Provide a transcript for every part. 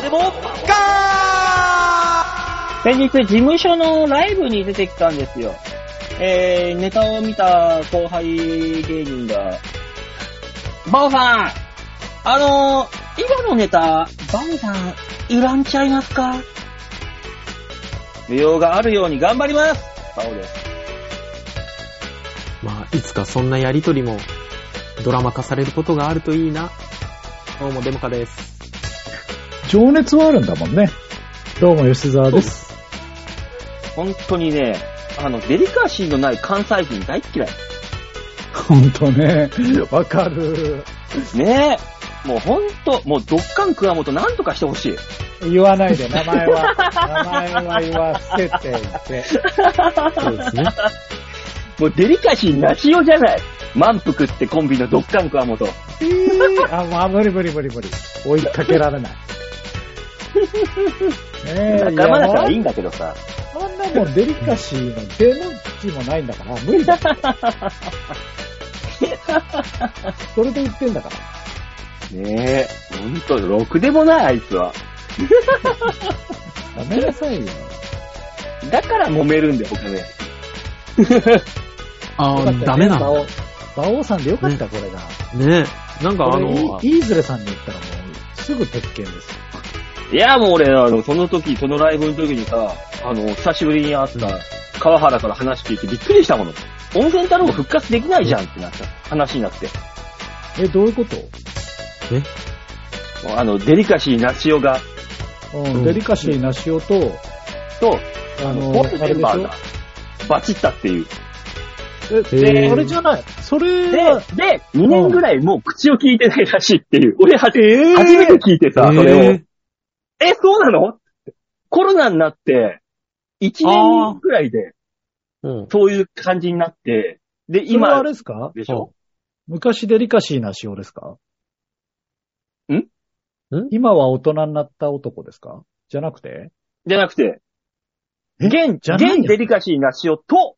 こでもガー。 先日事務所のライブに出てきたんですよ。ネタを見た後輩芸人が、バオさん、今のネタ、バオさん、いらんちゃいますか？需要があるように頑張ります。バオです。 まあ、いつかそんなやりとりもドラマ化されることがあるといいな。どうもデモカです。 情熱はあるんだもんね。どうも吉沢です。 本当にね、デリカシーのない関西人大っ嫌い。 本当ね、わかる。 ねえ、もう本当、もうドッカン熊本なんとかしてほしい。 言わないで、名前は言わせていて。 そうですね。 もうデリカシーなしよじゃない。満腹ってコンビのドッカン熊本。 無理。追いかけられない。 仲間だからいいんだけどさ。 そんなもんデリカシーの出の気もないんだから無理だ。それで言ってんだから。 ねえ、ほんと、ろくでもないあいつは。 やめなさいよ。 だから揉めるんだよ、他ね。 ダメなの。 馬王さんでよかった、これが。 ねえ、なんかイーズレさんに言ったらもう、すぐ鉄拳ですよ。 いや、もう俺、その時、そのライブの時にさ、久しぶりに会った川原から話聞いてびっくりしたもの。温泉太郎復活できないじゃんってなった話になって。 どういうこと？ デリカシーなしおが。 デリカシーなしおと、 元メンバーがバチったっていう。 あれじゃない。それで、2年ぐらいもう口を聞いてないらしいっていう。俺初めて聞いてさ、それを。そうなの？コロナになって、1年ぐらいで、そういう感じになって、で、今、 それはあれですか？ でしょ？ 昔デリカシーなしおですか？今は大人になった男ですか？じゃなくて、 現デリカシーなしおと、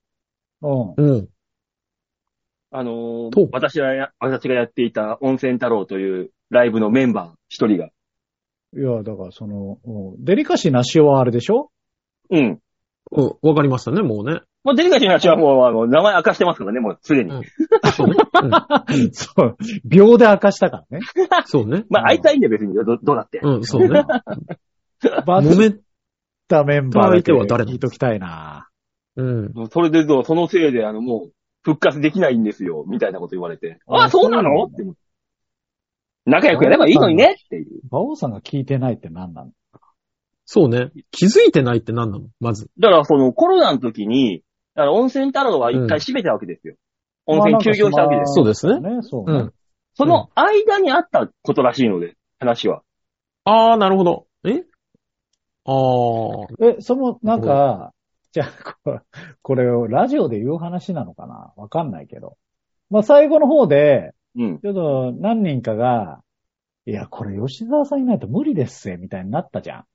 私がやっていた温泉太郎というライブのメンバー一人が。 いや、だからデリカシーなしおはあれでしょ？ わかりましたね、もうね。 もうデリカシーなしおはもう、名前明かしてますからね、もうすでに。 そうね。そう。秒で明かしたからね。 そうね。 まあ、会いたいんで別に、どうなって。 そうね。 揉めたメンバー相手は誰言いときたいな。 それで、そのせいで、もう、復活できないんですよ、みたいなこと言われて。そうなのって。仲良くやればいいのにねっていう。 馬王さんが聞いてないって何なの？ そうね。気づいてないって何なのまず。 だから、コロナの時に、温泉太郎は一回閉めたわけですよ。温泉休業したわけです。 そうですね。 そうね。 その間にあったことらしいので、話は。 なるほど。 なんか、じゃあ、これをラジオで言う話なのかな？わかんないけど。まあ、最後の方で、ちょっと何人かが、いや、これ吉沢さんいないと無理ですみたいになったじゃん。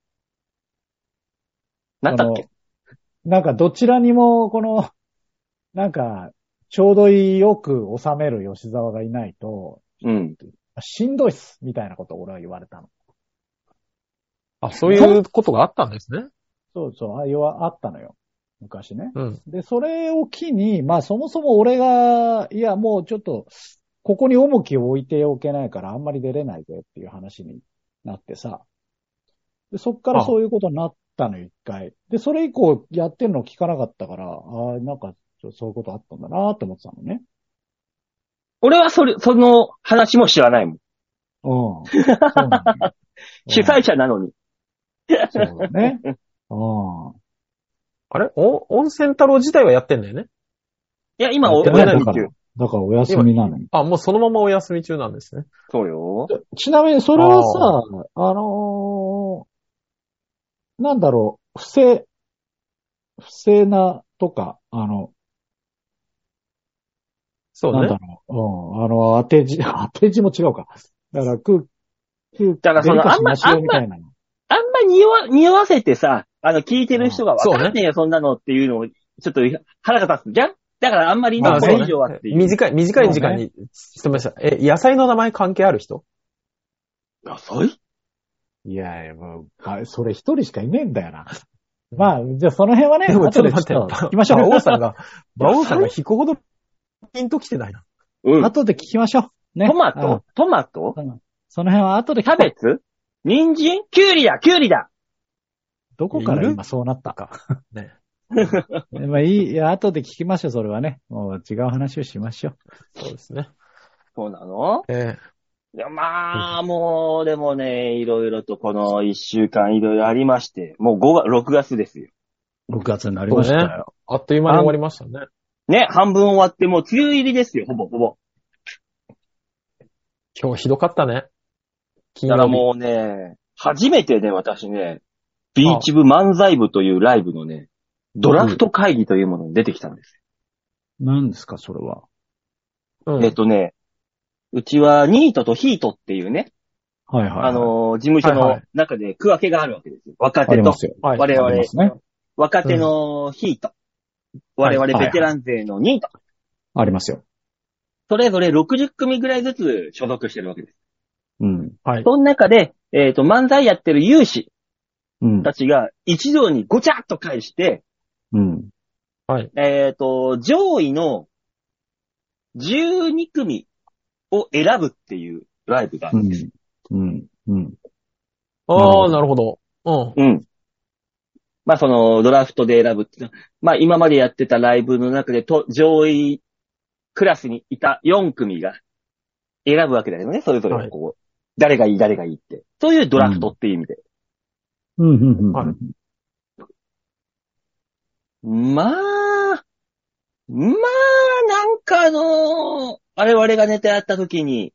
なったっけ？ なんかどちらにも、なんか、ちょうどよく収める吉沢がいないと、しんどいっす、みたいなことを俺は言われたの。 そういうことがあったんですね。 そう、あったのよ。昔ね。で、それを機に、まあそもそも俺が、いやもうちょっと、ここに重きを置いておけないからあんまり出れないぜっていう話になってさ。で、そっからそういうことになったのよ、一回。で、それ以降やってんの聞かなかったから、なんかそういうことあったんだなって思ってたのね。 俺はその話も知らないもん。 そうなんだ。 主催者なのに。 そうだね。 あれ？温泉太郎自体はやってんだよね。 いや、今お休み中。 だからお休みなのに。 もうそのままお休み中なんですね。 そうよ。 ちなみにそれはさ、なんだろう、不正なとか、 そうね。 なんだろう、当て字も違うか。だからだからあんま匂わせてさ、聞いてる人が分かんねえよ、そんなのっていうのを、ちょっと腹が立つじゃん？だからあんまりね、これ以上はっていう。 短い時間に、すみません。野菜の名前関係ある人？ 野菜？ いやいや、もう、それ一人しかいねえんだよな。まあ、じゃあその辺はね、 でもちょっと後で待って、 聞きましょう。 馬王さんが引くほどピンと来てないな。 うん。 後で聞きましょう。ね。 トマトその辺は後でキャベツ人参キュウリだどこから今そうなったか。 ね。 まあいや、後で聞きましょう、それはね。もう違う話をしましょう。 そうですね。 そうなのいや、まあ、もう、でもね、いろいろとこの1週間いろいろありまして、もう6月ですよ。 6月になりましたよ。 あっという間に終わりましたね。 ね、半分終わってもう梅雨入りですよ、ほぼ。 今日ひどかったね。 だからもうね、初めてね、私ね、ビーチ部漫才部というライブのね、ドラフト会議というものに出てきたんですよ。何ですか、それは。 うちはニートとヒートっていうね、 はいはい、 事務所の中で区分けがあるわけですよ。若手と、我々、 ね、 若手のヒート、我々ベテラン勢のニート。 ありますよ。 それぞれ60組ぐらいずつ所属してるわけです。 うん。 はい。 その中で、漫才やってる有志たちが一堂にごちゃっと返して、 うん。 はい。 上位の12組を選ぶっていうライブがあるんです。 ああ、なるほど。 うん。まあそのドラフトで選ぶっていうのは、まあ今までやってたライブの中で上位クラスにいた4組が選ぶわけだよね。それぞれこう、誰がいいって。そういうドラフトっていう意味で。まあ、なんか我々がネタやった時に、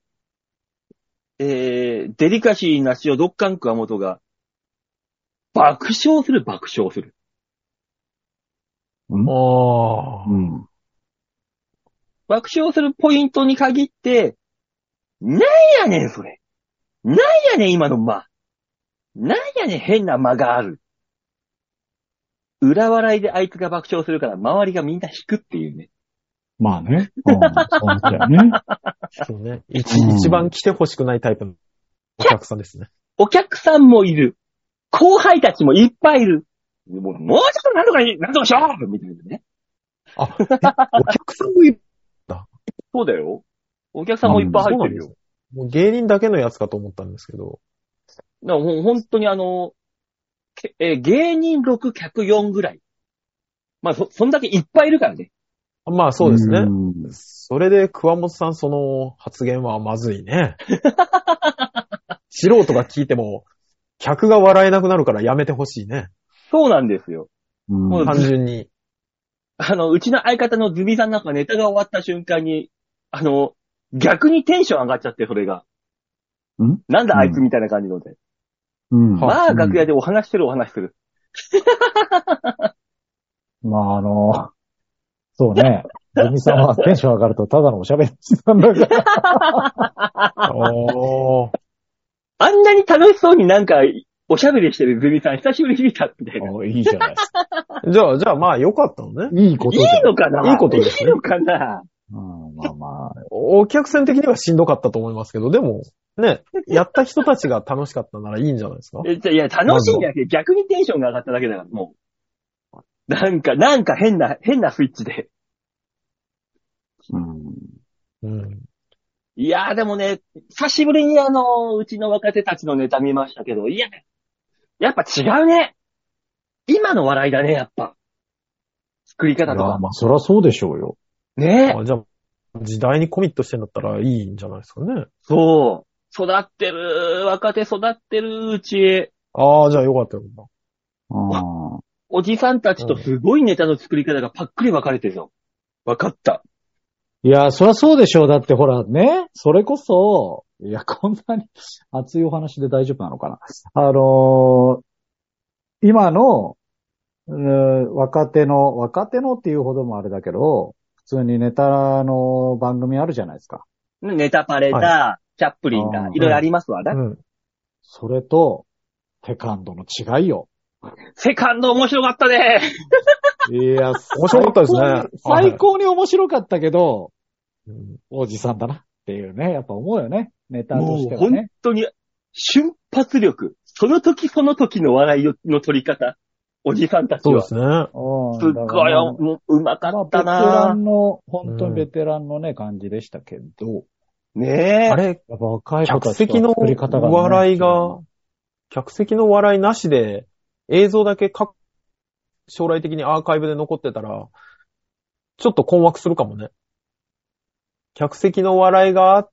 デリカシーなしをどっかんくわもとが、爆笑する。爆笑するポイントに限って、なんやねんそれ。なんやねん今の間。なんやねん変な間がある。裏笑いであいつが爆笑するから周りがみんな引くっていうね。 まあね。そうだよね。 そうね。一番来てほしくないタイプのお客さんですね。 お客さんもいる。後輩たちもいっぱいいる。もうちょっとなんとかしようみたいなね。 お客さんもいるんだ。 そうだよ。お客さんもいっぱい入ってるよ。 もう芸人だけのやつかと思ったんですけど。 だから本当に芸人6、客4ぐらい。まあそんだけいっぱいいるからね。 まあそうですね。それで桑本さんその発言はまずいね。素人が聞いても、客が笑えなくなるからやめてほしいね。 そうなんですよ。 もう単純に。 うちの相方のズミさんなんかネタが終わった瞬間に、逆にテンション上がっちゃって、それが。なんだあいつみたいな感じので。まあ、楽屋でお話する。 まあそうね。ズミさんはテンション上がるとただのおしゃべりなんだから。 あんなに楽しそうになんか、おしゃべりしてるズミさん久しぶりに見たみたいな。 いいじゃないですか。 じゃあまあ良かったのね。 いいことじゃん。 いいのかな？ いいことですね。 いいのかな？ まあ。 お客さん的にはしんどかったと思いますけど、でも、ね、やった人たちが楽しかったならいいんじゃないですか？ いや、楽しいんじゃなくて逆にテンションが上がっただけだから、もう。なんか変なスイッチで。いやーでもね、久しぶりにうちの若手たちのネタ見ましたけど、いや、やっぱ違うね。今の笑いだね、やっぱ。作り方とか。 まあ、そりゃそうでしょうよ。 ねえ。じゃあ、時代にコミットしてんだったらいいんじゃないですかね。 そう。若手育ってるうち。 ああ、じゃあよかったよ。 おじさんたちとすごいネタの作り方がパックリ分かれてるぞ。分かった。 いや、そりゃそうでしょう。だってほらね、それこそ、いや、こんなに熱いお話で大丈夫なのかな。今の、若手のっていうほどもあれだけど、普通にネタの番組あるじゃないですか。 ネタパレだ、チャップリンだ、いろいろありますわな。 それと、セカンドの違いよ。 セカンド面白かったね。 いや、 面白かったですね。 最高に面白かったけど、おじさんだなっていうね、やっぱ思うよね。ネタとしてはね。 もう本当に瞬発力、 その時その時の笑いの取り方。おじさんたちは。 そうですね。 すっごい、うまかったな、 ベテランの、本当にベテランのね、感じでしたけど。 ねえ。 あれ、 やっぱ若い子客たち席の笑いが、客席の笑いなしで、映像だけ将来的にアーカイブで残ってたら、ちょっと困惑するかもね。客席の笑いがあって、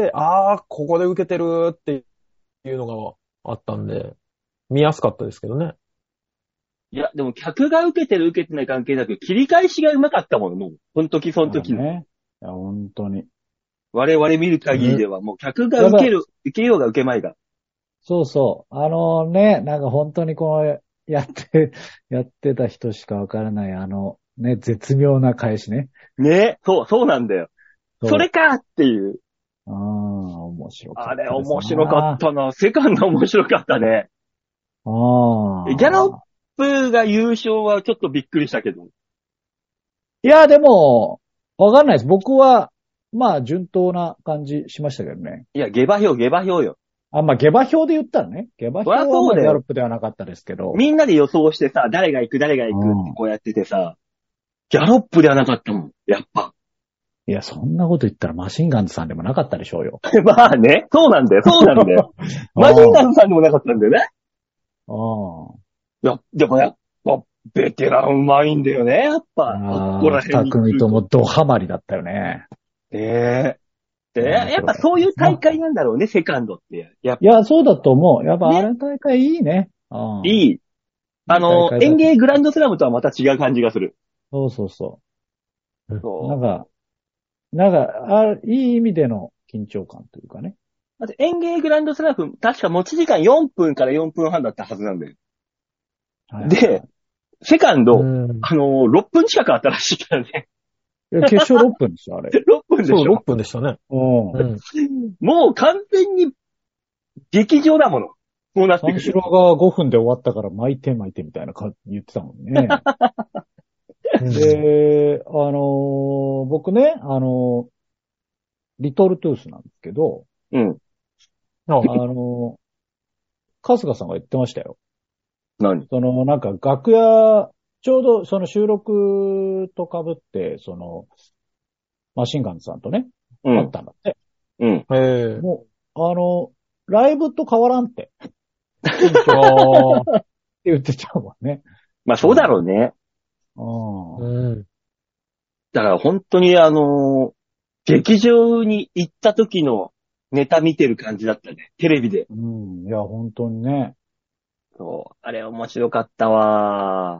ここで受けてるっていうのがあったんで、見やすかったですけどね。 いや、でも客が受けてる受けてない関係なく、切り返しがうまかったもん、もう。その時その時の。 ね。いや、本当に。 我々見る限りでは、もう客が受けようが受けまいが。 そうそう。なんか本当にやってた人しかわからない、絶妙な返しね。 ね、そうなんだよ。それかっていう。 面白かった。 あれ面白かったな。セカンド面白かったね。ギャロップが優勝はちょっとびっくりしたけど。 いや、でも、わかんないです。僕は、まあ、順当な感じしましたけどね。 いや、下馬評よ。 まあ、下馬評で言ったらね。下馬評はまあギャロップではなかったですけど。 みんなで予想してさ、誰が行くってこうやっててさ、ギャロップではなかったもん、やっぱ。 いや、そんなこと言ったらマシンガンズさんでもなかったでしょうよ。 まあね、そうなんだよ。マシンガンズさんでもなかったんだよね。いや、でもやっぱ、ベテランうまいんだよね、やっぱ。 二組ともドハマりだったよね。 やっぱそういう大会なんだろうね、セカンドって。いや、そうだと思う。やっぱあれ大会いいね。 いい。園芸グランドスラムとはまた違う感じがする。 そう。なんか、いい意味での緊張感というかね。 だって園芸グランドスラム、確か持ち時間4分から4分半だったはずなんだよ。で、セカンド、6分近くあったらしいからね。 決勝6分でしょ、あれ。 6分でしょ。 そう、6分でしたね。 もう完全に劇場だもの。こうなってくる。 三四郎が5分で終わったから巻いてみたいな言ってたもんね。で、僕ね、リトルトゥースなんですけど、春日さんが言ってましたよ。 何？ なんか楽屋、ちょうどその収録と被って、マシンガンズさんとね、会ったんだって。もう、ライブと変わらんって。って言ってたもんね。 まあそうだろうね。だから本当に劇場に行った時のネタ見てる感じだったね。テレビで。 いや、本当にね。 そう。あれ面白かったわ。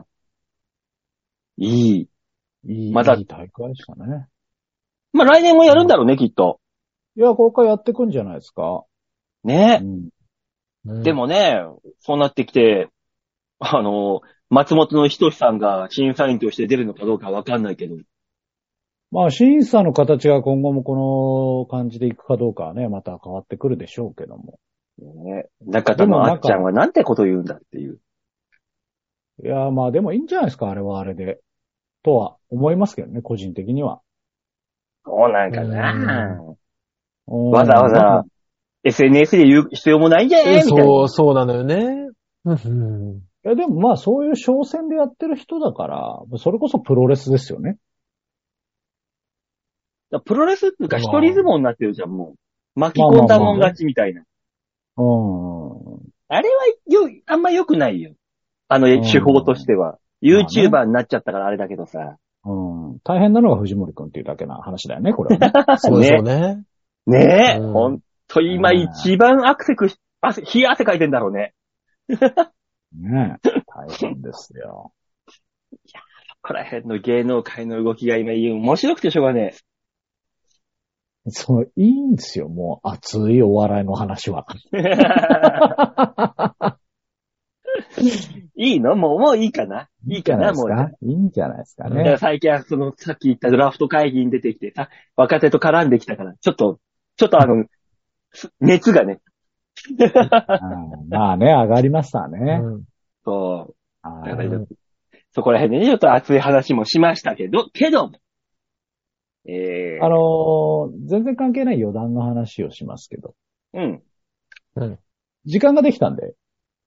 いい大会でしたね。 まあ来年もやるんだろうね、きっと。 いや、これからやってくんじゃないですか。 ね。でもね、そうなってきて、松本の人志さんが審査員として出るのかどうかわかんないけど。 まあ、審査の形が今後もこの感じでいくかどうかはね、また変わってくるでしょうけども。 ね、中田のあっちゃんはなんてこと言うんだっていう。 いや、まあでもいいんじゃないですか、あれはあれで。とは思いますけどね、個人的には。 そうなんかな。わざわざ SNS で言う必要もないんじゃねみたいな。 そうなのよね。 いや、でもまあそういう商戦でやってる人だから、それこそプロレスですよね。 プロレスっていうか一人相撲になってるじゃん、もう。巻き込んだもん勝ちみたいな。あれはあんま良くないよ。手法としては。YouTuber になっちゃったからあれだけどさ。 大変なのが藤森くんっていうだけな話だよね、これはね。 そうですよね。 ねえ、ほんと今一番冷や汗かいてんだろうね。 ねえ、大変ですよ。 いや、そこら辺の芸能界の動きが今面白くてしょうがねえ。 いいんですよ、もう熱いお笑いの話は。 いいの？もういいかな？いいかなもう。 いいんじゃないですかね。 最近はさっき言ったドラフト会議に出てきてさ、若手と絡んできたから、ちょっと熱がね。 まあね、上がりましたね。 そう。そこら辺でね、ちょっと熱い話もしましたけど、 全然関係ない余談の話をしますけど。 うん。 時間ができたんで。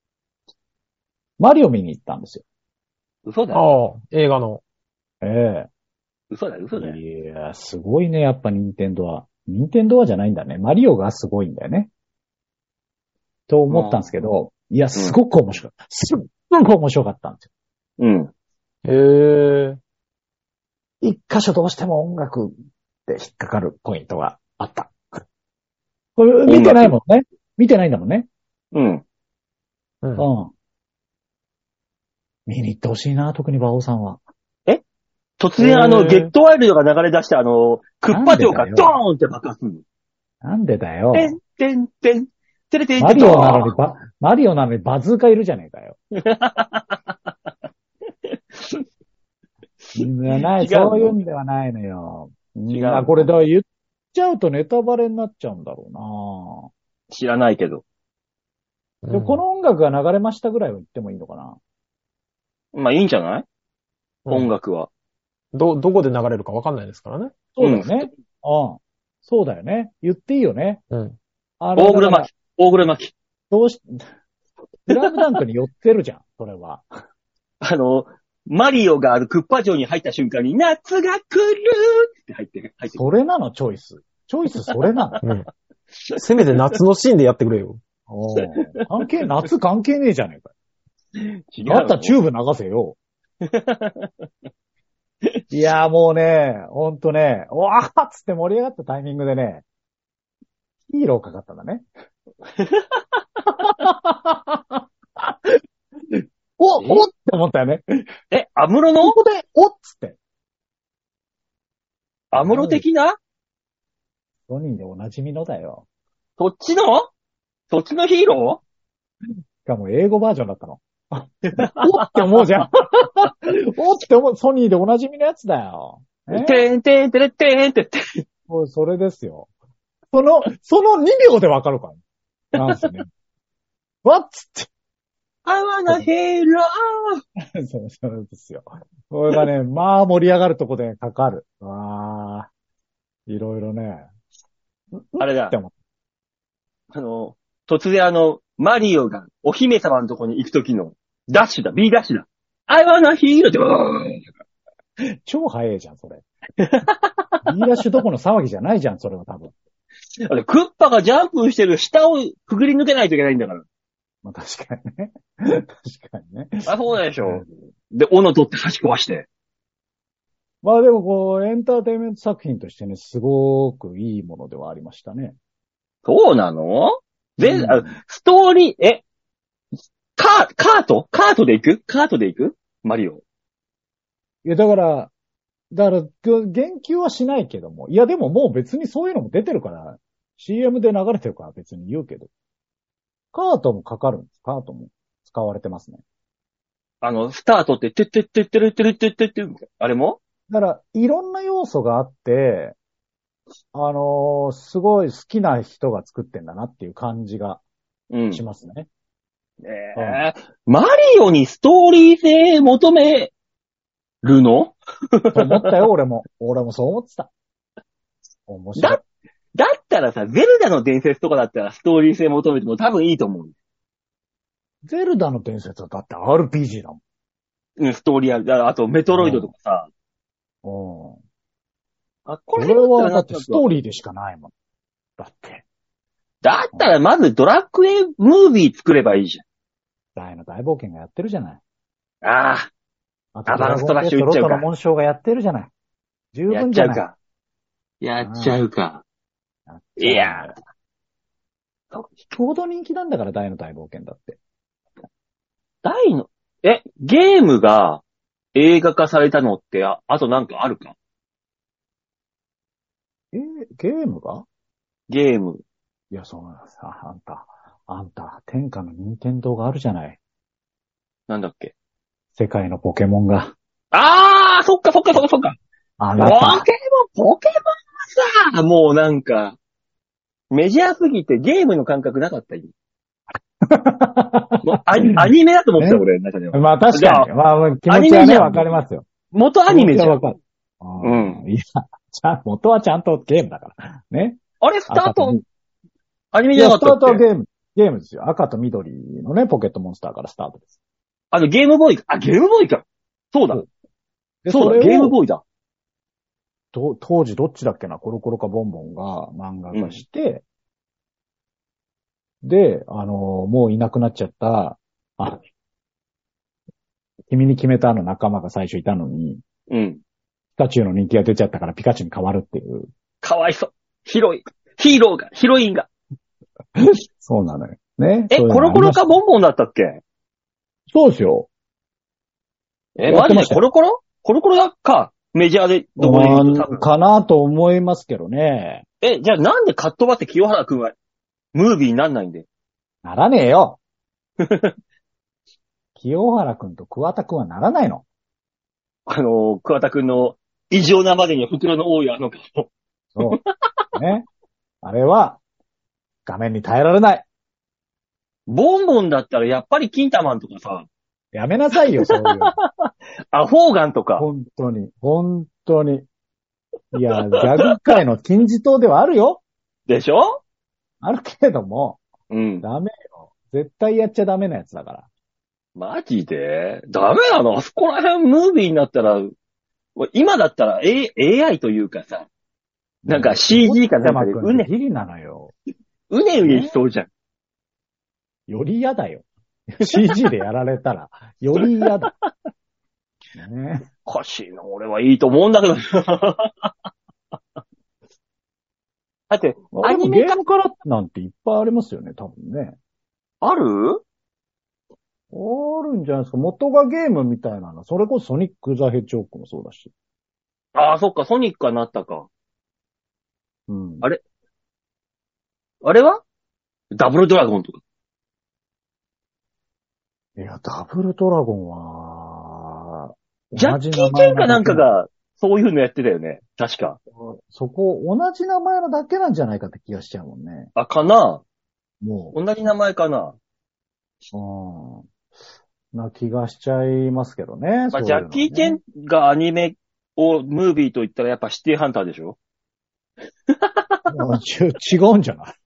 マリオ見に行ったんですよ。 嘘だよ。 ああ、映画の。 ええ。 嘘だよ。 いや、すごいね、やっぱ任天堂は。任天堂はじゃないんだね。マリオがすごいんだよね。と思ったんですけど、いや、すごく面白かった。すっごく面白かったんですよ。 うん。 へえ。 一箇所どうしても音楽で引っかかるポイントがあった。これ見てないもんね。見てないんだもんね。 うん。 うん。 見に行ってほしいな、特に馬王さんは。 突然ゲットワイルドが流れ出してクッパ城がドーンって爆発するの。 なんでだよ。 てんてんてん。てれてんてん。 マリオなのにバズーカいるじゃねえかよ。ない、そういうんではないのよ。 違う。 これだ、言っちゃうとネタバレになっちゃうんだろうな。 知らないけど。 でこの音楽が流れましたぐらいは言ってもいいのかな。 まあいいんじゃない、音楽は。 どこで流れるかわかんないですからね。 そうだよね。そうだよね。言っていいよね。 うん。 大黒巻き。 どうし、スラムダンクに寄ってるじゃん、それは。 マリオがクッパ城に入った瞬間に、夏が来るって入ってる。 それなの、チョイス。それなの。 うん。せめて夏のシーンでやってくれよ。 夏関係ねえじゃねえか。 違う。 だったらチューブ流せよ。いやーもうね、ほんとね、わーっつって盛り上がったタイミングでね、ヒーローかかったんだね。おって思ったよね。 アムロのここで、おっつって。 アムロ的なソニーでお馴染みのだよ。 そっちのヒーロしかも英語バージョンだったの。おって思うじゃん。おって思う。ソニーでお馴染みのやつだよ。 てんてんてれってんって。 それですよ。その2秒でわかるから。なんすね。わっつって。 I wanna hero! そうですよ。これがね、まあ盛り上がるとこでかかる。いろいろね。 あれだ。突然マリオがお姫様のとこに行くときのダッシュだ、B ダッシュだ。I wanna hero! って超早いじゃん、それ。B ダッシュどこの騒ぎじゃないじゃん、それは多分。 クッパがジャンプしてる下をくぐり抜けないといけないんだから。 まあ確かにね。確かにね。 そうでしょ。で、斧取って箸壊して。 まあでもエンターテインメント作品としてね、すごくいいものではありましたね。 そうなの？ストーリー、カートで行くマリオ。 いや、だから、言及はしないけども。いや、でももう別にそういうのも出てるから、CM で流れてるから別に言うけど。カートもかかるんです。カートも使われてますね。 スタートって、てってってってるってるってってってあれも？ だから、いろんな要素があって、すごい好きな人が作ってんだなっていう感じがしますね。 マリオにストーリー性求めるの？ と思ったよ、俺もそう思ってた。面白い。 だったらさ、ゼルダの伝説とかだったらストーリー性求めても多分いいと思う。 ゼルダの伝説はだって RPG だもん。 うん、ストーリーあとメトロイドとかさ。 これはだってストーリーでしかないもん。だって。 だったらまずドラクエムービー作ればいいじゃん。 大の大冒険がやってるじゃない。 あとドラゴンクエストロトの紋章がやってるじゃない。十分じゃない。 やっちゃうか。いや。 ちょうど人気なんだから、大の大冒険だって。 ゲームが映画化されたのって、あとなんかあるか？ ゲームが？ ゲーム。 いや、そうなんです。あんた、天下の任天堂があるじゃない。 なんだっけ？ 世界のポケモンが。 そっか。 あなた。 ポケモンはさ、もうなんか、メジャーすぎてゲームの感覚なかったよ。アニメだと思ってた、俺、中では。 まあ確かに。まあ気持ちはね、わかりますよ。 元アニメじゃん。 わかる。いや、元はちゃんとゲームだから。ね。 あれ、スタート、アニメじゃなかったっけ？ スタートはゲームですよ。赤と緑のね、ポケットモンスターからスタートです。 ゲームボーイか。ゲームボーイか。そうだ。そうだ、ゲームボーイだ。 当時どっちだっけな、コロコロかボンボンが漫画化して、で、もういなくなっちゃった、君に決めた仲間が最初いたのに、 うん。 ピカチュウの人気が出ちゃったからピカチュウに変わるっていう。 かわいそう。ヒロインが。 そうなのよ。ね。 コロコロかボンボンだったっけ？ そうですよ。 マジでコロコロだか。メジャーでどこで言うと多分。 かなと思いますけどね。 じゃあなんでカットバって清原くんはムービーになんないんで？ ならねえよ。清原くんと桑田くんはならないの。 桑田くんの異常なまでに袋の多い顔。 そう。ね。あれは、画面に耐えられない。 ボンボンだったらやっぱりキンタマンとかさ。 やめなさいよ、そういう。 アホーガンとか。 本当に。いや、ギャグ界の金字塔ではあるよ。 でしょ？ あるけれども。 うん。 ダメよ。絶対やっちゃダメなやつだから。 マジで？ダメなの？あそこら辺ムービーになったら、今だったら、AI というかさ、なんか CG かなんかでギリなのよ。 うねうねしそうじゃん。 より嫌だよ。CG でやられたら、より嫌だ。ね。 おかしいな、俺はいいと思うんだけど。だって、 アニメゲームからなんていっぱいありますよね、多分ね。 あるんじゃないですか。元がゲームみたいなの。それこそソニック・ザ・ヘッジホッグもそうだし。 ああ、そっか、ソニックはなったか。 うん。 あれはダブルドラゴンとか。 いや、ダブルドラゴンは、 ジャッキー・チェンかなんかが、そういうのやってたよね。確か。 そこ、同じ名前のだけなんじゃないかって気がしちゃうもんね。 かな？ もう。 同じ名前かな？ な気がしちゃいますけどね。 ジャッキー・チェンがアニメをムービーと言ったらやっぱシティハンターでしょ？ 違うんじゃない？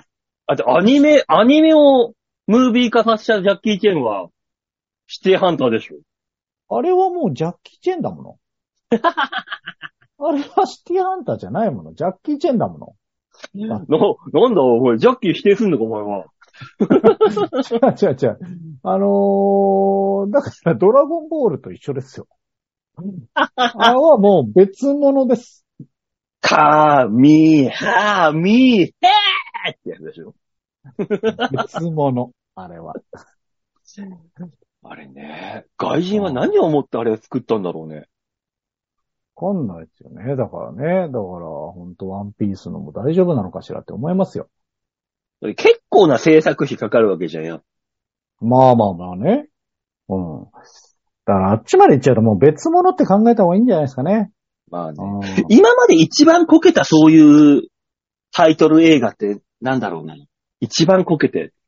アニメをムービー化させたジャッキー・チェンはシティハンターでしょ？ あれはもうジャッキー・チェンだもの。あれはシティハンターじゃないもの。ジャッキー・チェンだもの。 なんだお前、ジャッキー否定すんのかお前は。 違う。だからドラゴンボールと一緒ですよ。あれはもう別物です。 はみーへーってやつでしょ。 別物、あれは。 あれね、外人は何を思ってあれを作ったんだろうね。 わかんないですよね。だから、本当ワンピースのも大丈夫なのかしらって思いますよ。 結構な制作費かかるわけじゃんや。 まあね。うん。だからあっちまで行っちゃうともう別物って考えた方がいいんじゃないですかね。 まあね。今まで一番こけたそういうタイトル映画ってなんだろうな。一番こけて。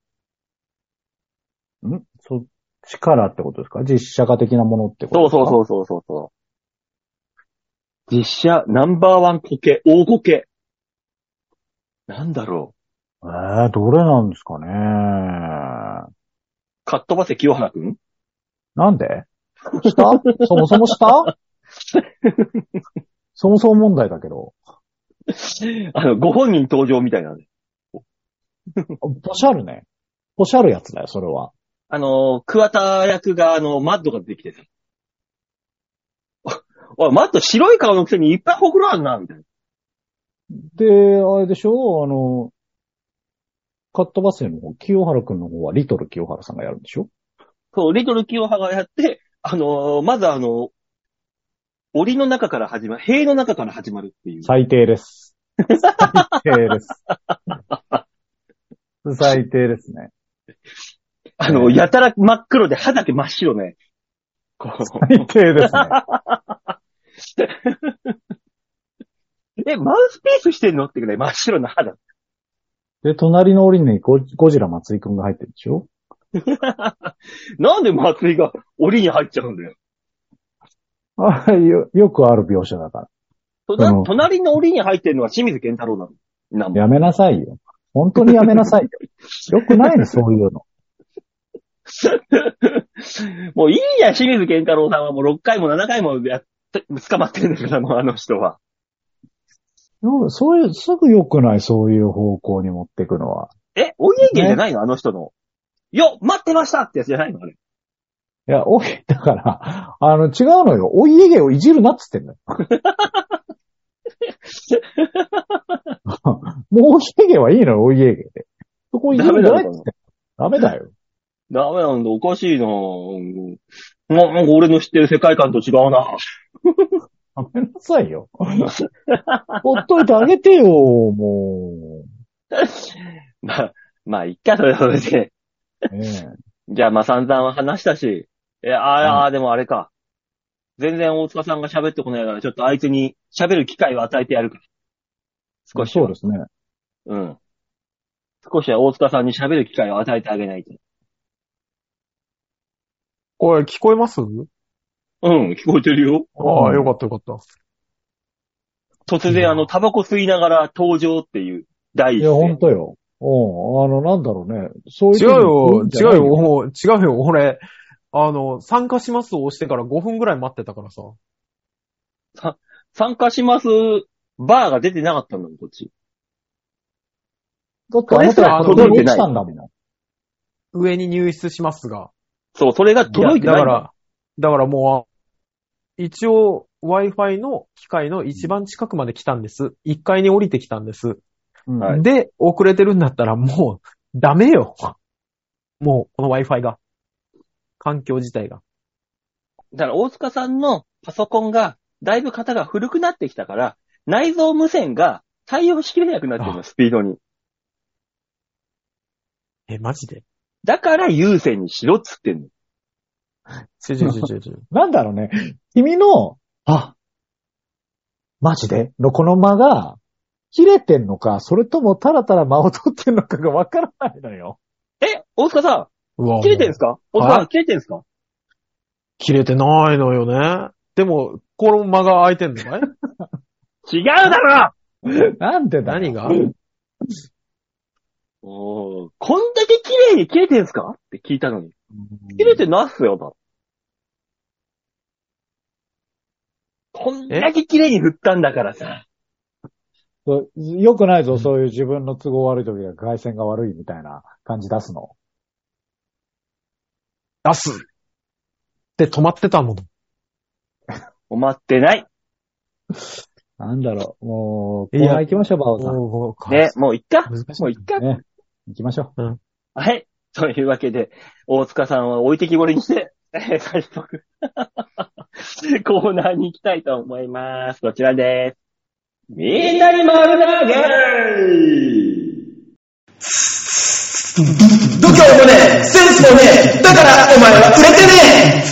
そっちからってことですか？実写化的なものってことですか？ そう。実写ナンバーワンこけ、大こけ。なんだろう。 どれなんですかね。 かっ飛ばせ清原くん？ なんで？したそもそもしたそもそも問題だけど。 ご本人登場みたいなんで。 ポシャルね。ポシャルやつだよ、それは。 桑田役がマッドが出てきてさ。おい、マッド白い顔のくせにいっぱいほくろあんな、みたいな。 で、あれでしょ？カットバスの方、清原くんの方はリトル清原さんがやるんでしょ？ そう、リトル清原がやって、まず檻の中から始まる、塀の中から始まるっていう。 最低です。最低です。最低ですね。 やたら真っ黒で歯だけ真っ白ね。 最低ですね。 マウスピースしてんのってくらい真っ白な歯だ。 で、隣の檻にゴジラ松井くんが入ってるでしょ？ なんで松井が檻に入っちゃうんだよ。 よくある描写だから。 隣の檻に入ってるのは清水健太郎なの。 やめなさいよ。本当にやめなさいよ。よくないの、そういうの。 もういいや、清水健太郎さんはもう6回も7回も捕まってるんだから、もうあの人は。 そういう、すぐ良くない、そういう方向に持ってくのは。 お家芸じゃないのあの人の。待ってましたってやつじゃないのあれ。 いや、だから、違うのよ。お家芸をいじるなっつってんのよ。もうお家芸はいいのよ、お家芸で。そこいじるなっつって。ダメだよ。 ダメなんだ、おかしいななんか俺の知ってる世界観と違うな。 やめなさいよ。ほっといてあげてよ、もう。 まあ、いっか、それで。じゃあ、まあ、散々話したし。でもあれか。全然大塚さんが喋ってこないから、ちょっとあいつに喋る機会を与えてやるから。少しは。 そうですね。 うん。少しは大塚さんに喋る機会を与えてあげないと。 これ聞こえます？ うん、聞こえてるよ。 ああ、よかったよかった。 突然タバコ吸いながら登場っていう第一声。 いや、ほんとよ。なんだろうね。そういう。 違うよ。俺、参加しますを押してから5分ぐらい待ってたからさ。 参加しますバーが出てなかったんだもん、こっち。 だってあなたは届いてない。たんだもん。 上に入室しますが。 そう、それが届いてない。 だからもう、一応 Wi-Fi の機械の一番近くまで来たんです。1階に降りてきたんです。 はい、 で、遅れてるんだったらもう、ダメよ。もう、この Wi-Fi が。環境自体が。 だから大塚さんのパソコンが、だいぶ型が古くなってきたから、内蔵無線が対応しきれなくなってるの、スピードに。 マジで？ だから有線にしろっつってんの。 なんだろうね。君の、マジでのこの間が、切れてんのか、それともたらたら間を取ってんのかがわからないのよ。 大塚さん、切れてんすか？大塚さん、切れてんすか？ 切れてないのよね。でも、この間が空いてんのかい？ 違うだろ！ なんでだ？ 何が？ こんだけ綺麗に切れてんすかって聞いたのに。切れてなっすよ、だ。こんだけ綺麗に振ったんだからさ。 よくないぞ、そういう自分の都合悪い時が回線が悪いみたいな感じ出すの。 出すって止まってたもの。 止まってない。 なんだろう、もう、コーナー行きましょう、バオさん。 ね、もう行っか。 難しい。 もう行っか。 ね、行きましょう。 はい。というわけで、大塚さんは置いてきぼりにして、早速、コーナーに行きたいと思います。こちらです。みんなに丸投げ度胸もねえ、センスもねえ、だからお前は売れてねえ。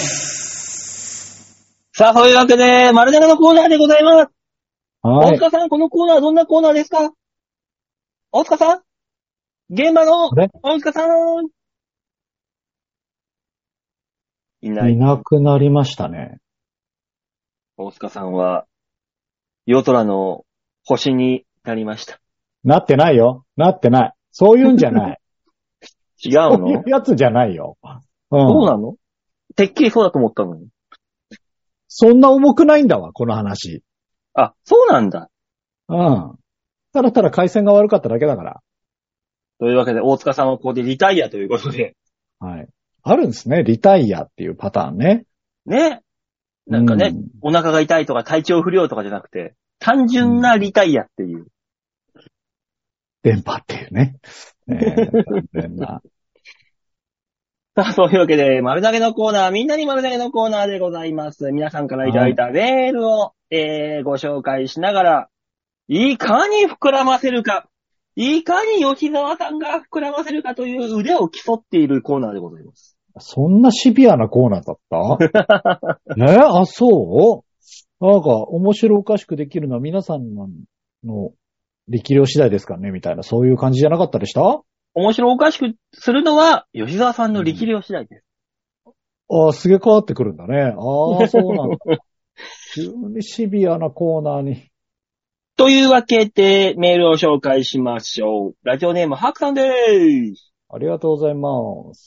さあ、そういうわけで、丸投げのコーナーでございます。 はい。 大塚さん、このコーナーはどんなコーナーですか？大塚さん？現場の大塚さん？いない。 いなくなりましたね。 大塚さんは、夜空の星になりました。 なってないよ。なってない。そういうんじゃない。 違うの？ そういうやつじゃないよ。 そうなの？てっきりそうだと思ったのに。 そんな重くないんだわ、この話。 あ、そうなんだ。 ただただ回線が悪かっただけだから。 というわけで、大塚さんはここでリタイアということで。 はい。あるんですね、リタイアっていうパターンね。 ね。なんかね、お腹が痛いとか体調不良とかじゃなくて、単純なリタイアっていう。 電波っていうね。残念な。 さあ、そういうわけで、丸投げのコーナー、みんなに丸投げのコーナーでございます。皆さんからいただいたメールを、ご紹介しながら、いかに膨らませるか、いかに吉沢さんが膨らませるかという腕を競っているコーナーでございます。 そんなシビアなコーナーだったそうなんか、面白おかしくできるのは皆さんの力量次第ですからね、みたいな、そういう感じじゃなかったでした？ 面白おかしくするのは、吉沢さんの力量次第です。 すげ替わってくるんだね。そうなんだ。急にシビアなコーナーに。 というわけで、メールを紹介しましょう。ラジオネーム、ハクさんでーす。 ありがとうございます。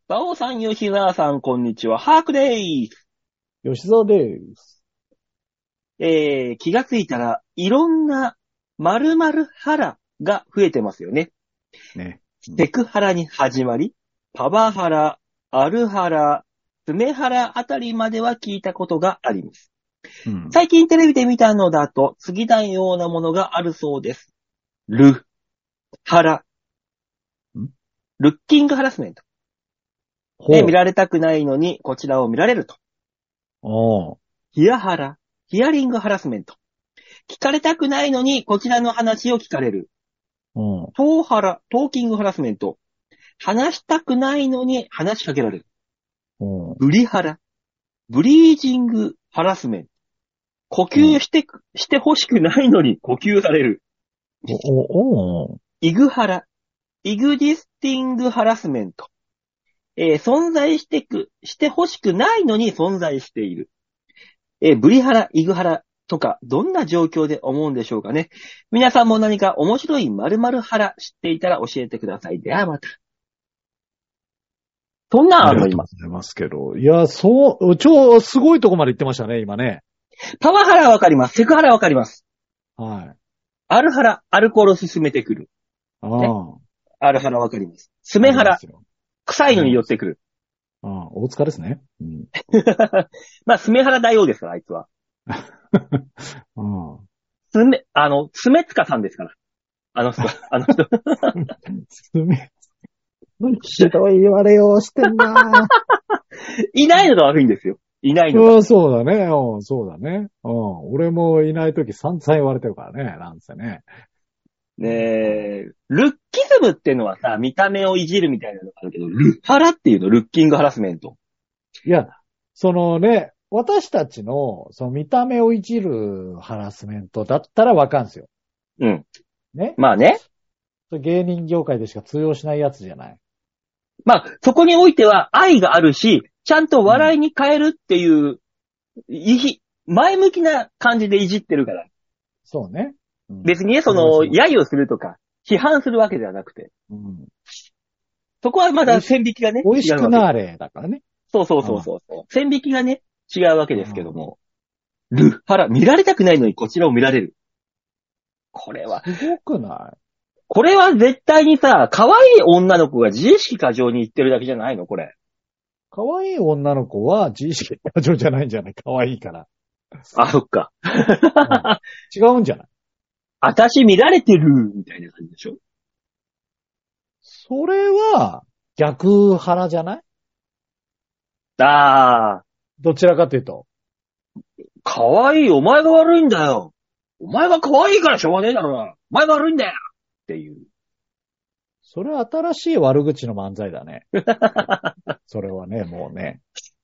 バオさん、吉沢さん、こんにちは。ハークでーす。 吉沢です。 気がついたら、いろんな〇〇ハラが増えてますよね。 ね。 セクハラに始まり、パワハラ、アルハラ、スメハラあたりまでは聞いたことがあります。 うん、 最近テレビで見たのだと、次のようなものがあるそうです。ルハラ。ルッキングハラスメント。見られたくないのに、こちらを見られると。ヒアハラ、ヒアリングハラスメント。聞かれたくないのに、こちらの話を聞かれる。トーハラ、トーキングハラスメント。話したくないのに話しかけられる。ブリハラ、ブリージングハラスメント。呼吸してほしくないのに呼吸される。イグハラ、イグディスティングハラスメント。存在してほしくないのに存在している。ブリハラ、イグハラとか、どんな状況で思うんでしょうかね。皆さんも何か面白い〇〇ハラ知っていたら教えてください。ではまた。そんなあるの今。 ありがとうございますけど。いや、すごいとこまで行ってましたね、今ね。 パワハラわかります。セクハラわかります。 はい。 アルハラ、アルコールを進めてくる。ね、アルハラわかります。スメハラ、臭いのに寄ってくる。 大塚ですね。うん、 まあ、スメハラ大王ですから、あいつは。爪塚さんですから。あの人。 ひどい言われようしてんな。 いないのが悪いんですよ。いないのが。 そうだね。そうだね。俺もいないとき散々言われてるからね。なんせね。 ねえ、ルッキズムってのはさ、見た目をいじるみたいなのがあるけど、ルッハラっていうの、ルッキングハラスメント。 いや、そのね、私たちの、その見た目をいじるハラスメントだったらわかんすよ。 うん。 ね。 まあね。 芸人業界でしか通用しないやつじゃない。 まあ、そこにおいては愛があるし、ちゃんと笑いに変えるっていう、前向きな感じでいじってるから。 そうね。 別にね、揶揄をするとか、批判するわけではなくて。そこはまだ線引きがね。 美味しくなーれだからね。 そう。線引きがね、違うわけですけども。ルハラ、見られたくないのにこちらを見られる。これは。 すごくない？ これは絶対にさ、可愛い女の子が自意識過剰に言ってるだけじゃないのこれ。 可愛い女の子は自意識過剰じゃないんじゃない？可愛いから。 そっか。 違うんじゃない？ 私見られてるみたいな感じでしょ？ それは逆腹じゃない？どちらかというと。 可愛いお前が悪いんだよ。お前が可愛いからしょうがねえだろな。お前が悪いんだよっていう。 それは新しい悪口の漫才だね。それはね、もうね。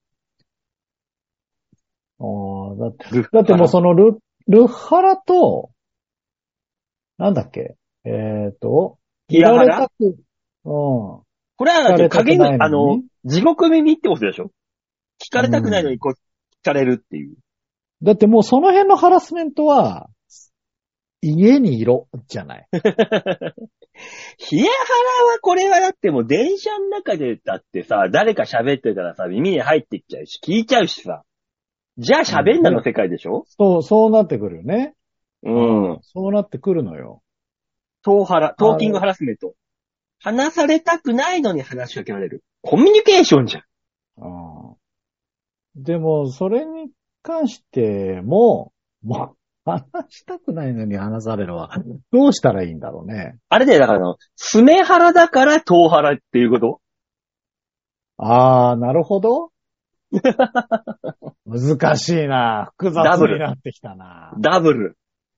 だってもうそのルッハラと、なんだっけヒラハラ？ これはだって影に、地獄耳ってことでしょ？聞かれたくないのに聞かれるっていう。 だってもうその辺のハラスメントは、家にいろ、じゃない。 ヒヤハラはこれはだってもう電車の中でだってさ、誰か喋ってたらさ、耳に入ってきちゃうし、聞いちゃうしさ。じゃあ喋んなの世界でしょ？ そうなってくるよね。そうなってくるのよ。 トーキングハラスメント。話されたくないのに話しかけられる。コミュニケーションじゃん。 でも、それに関しても話したくないのに話されるは、どうしたらいいんだろうね。 あれで、だからスメハラだからトーハラっていうこと？ なるほど。難しいな。複雑になってきたな。 ダブル。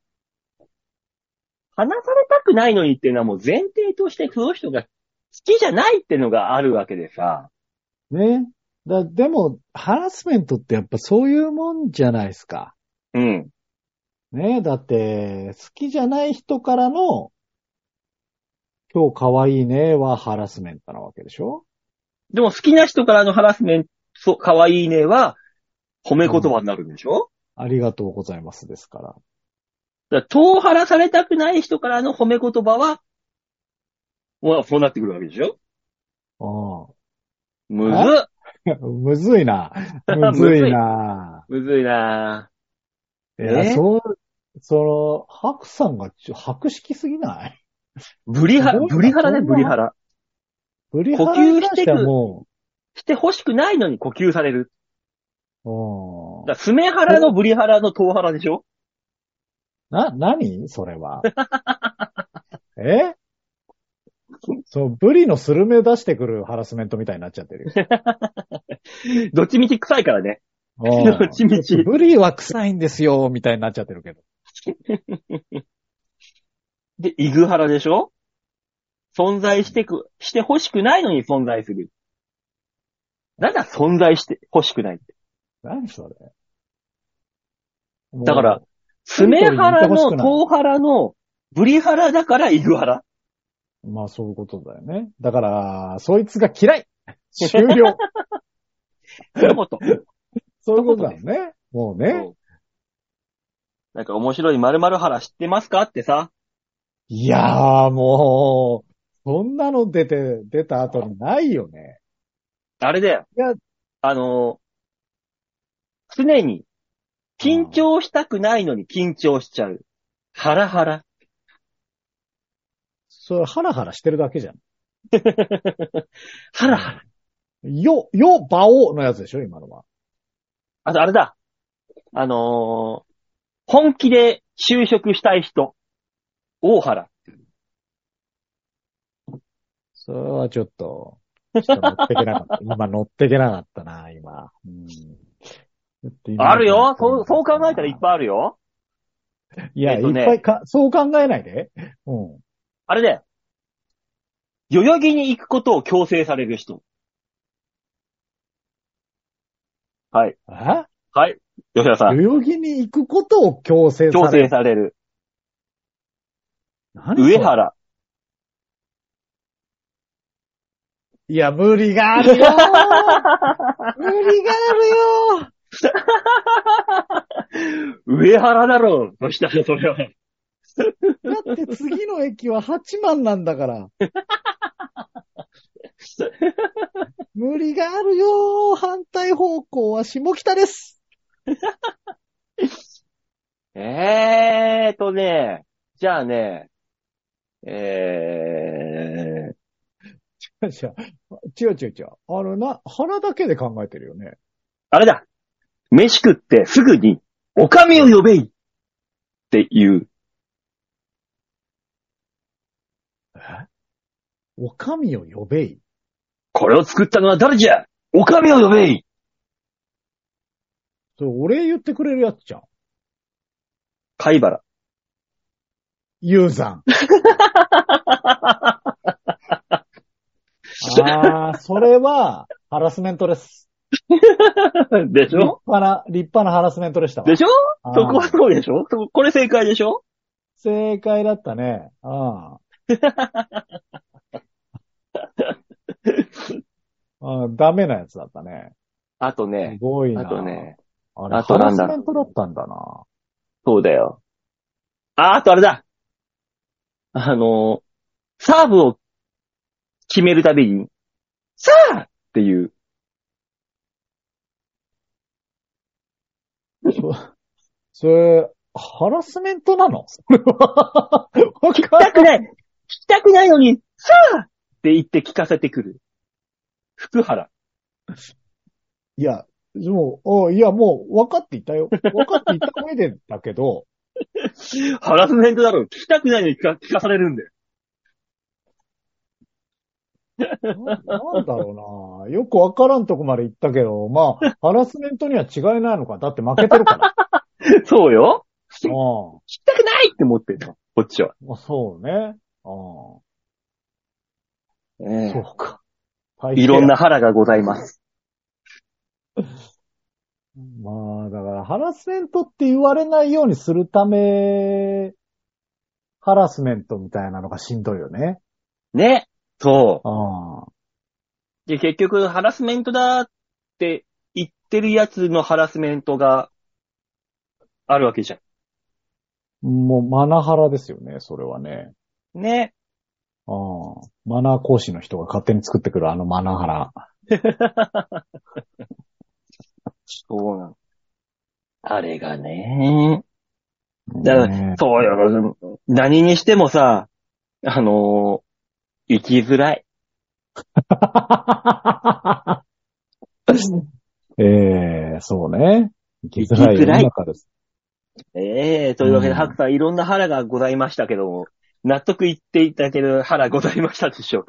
話されたくないのにっていうのはもう前提としてその人が好きじゃないっていうのがあるわけでさ。 ね。でも、ハラスメントってやっぱそういうもんじゃないですか。 うん。 ね。だって、好きじゃない人からの、今日可愛いねはハラスメントなわけでしょ？ でも好きな人からのハラスメント、可愛いねは褒め言葉になるんでしょ？ ありがとうございますですから。 トーハラされたくない人からの褒め言葉は、そうなってくるわけでしょ？ むずっむずいな。むずいな。 むずいな。 いや、ハクさんが博識すぎない？ ブリハラね、ブリハラ。 ブリハラに関してはもう。して欲しくないのに呼吸される。 だスメハラのブリハラのトウハラでしょ？ 何それは。そう、ブリのスルメ出してくるハラスメントみたいになっちゃってるよ。 どっちみち臭いからね。どっちみち。 ブリは臭いんですよ、みたいになっちゃってるけど。 で、イグハラでしょ？存在して欲しくないのに存在する。なんだ存在して欲しくないって。 何それ？ だから、スメハラのトウハラのブリハラだからイグハラ。 まあそういうことだよね。だから、そいつが嫌い。終了。 そういうこと。 そういうことだよね。もうね。 なんか面白い〇〇ハラ知ってますかってさ。 いやーもう、そんなの出た後にないよね。 あれだよ。 いや、 常に緊張したくないのに緊張しちゃう。ハラハラ。 それハラハラしてるだけじゃん。 ハラハラ。 馬王のやつでしょ今のは。 あれだ。本気で就職したい人。大原。 それはちょっと乗ってけなかった。今乗ってけなかったな、今。 あるよ。そう考えたらいっぱいあるよ。 いや、いっぱいそう考えないで。 あれで、代々木に行くことを強制される人。はい。はい。吉田さん。 代々木に行くことを強制される。 上原。 いや、無理があるよ無理があるよ上原だろう。そしたらそれは。 だって次の駅は8万なんだから。無理があるよ。反対方向は下北です。 じゃあね、 違う。腹だけで考えてるよね。 あれだ。飯食ってすぐに、おかみを呼べいって言う。 おかみを呼べい。 これを作ったのは誰じゃ？おかみを呼べい。 それ俺言ってくれるやつじゃん。 貝原。 ユウさん。それは、ハラスメントです。 でしょ？ 立派なハラスメントでしたわ。 でしょ？そこはそうでしょ？これ正解でしょ？ 正解だったね。ダメなやつだったね。 あとね。 すごいな。 あとね。 あれ、ハラスメントだったんだな。 そうだよ。あとあれだ。サーブを決めるたびに、さあっていう。 それ、ハラスメントなの？ 聞きたくないのに、さあって言って聞かせてくる。福原。 いや、もう分かっていたよ。分かっていた上でだけど。 ハラスメントだろ。聞きたくないのに聞かされるんだよ。 なんだろうな。よくわからんとこまで行ったけど、まあ、ハラスメントには違いないのか。だって負けてるから。 そうよ。聞きたくないって思ってるの。こっちは。 そうね。そうか。 いろんな腹がございます。 まあ、だから、ハラスメントって言われないようにするため、ハラスメントみたいなのがしんどいよね。 ね。そう。で、結局、ハラスメントだって言ってるやつのハラスメントがあるわけじゃん。 もう、マナハラですよね、それはね。 ね。 マナー講師の人が勝手に作ってくるあのマナハラ。 そうなの。あれがね。だから、そうよ。何にしてもさ、生きづらい。 そうね。生きづらい世の中です。 というわけで、白さんいろんな腹がございましたけども、納得いっていただける腹ございましたでしょうか。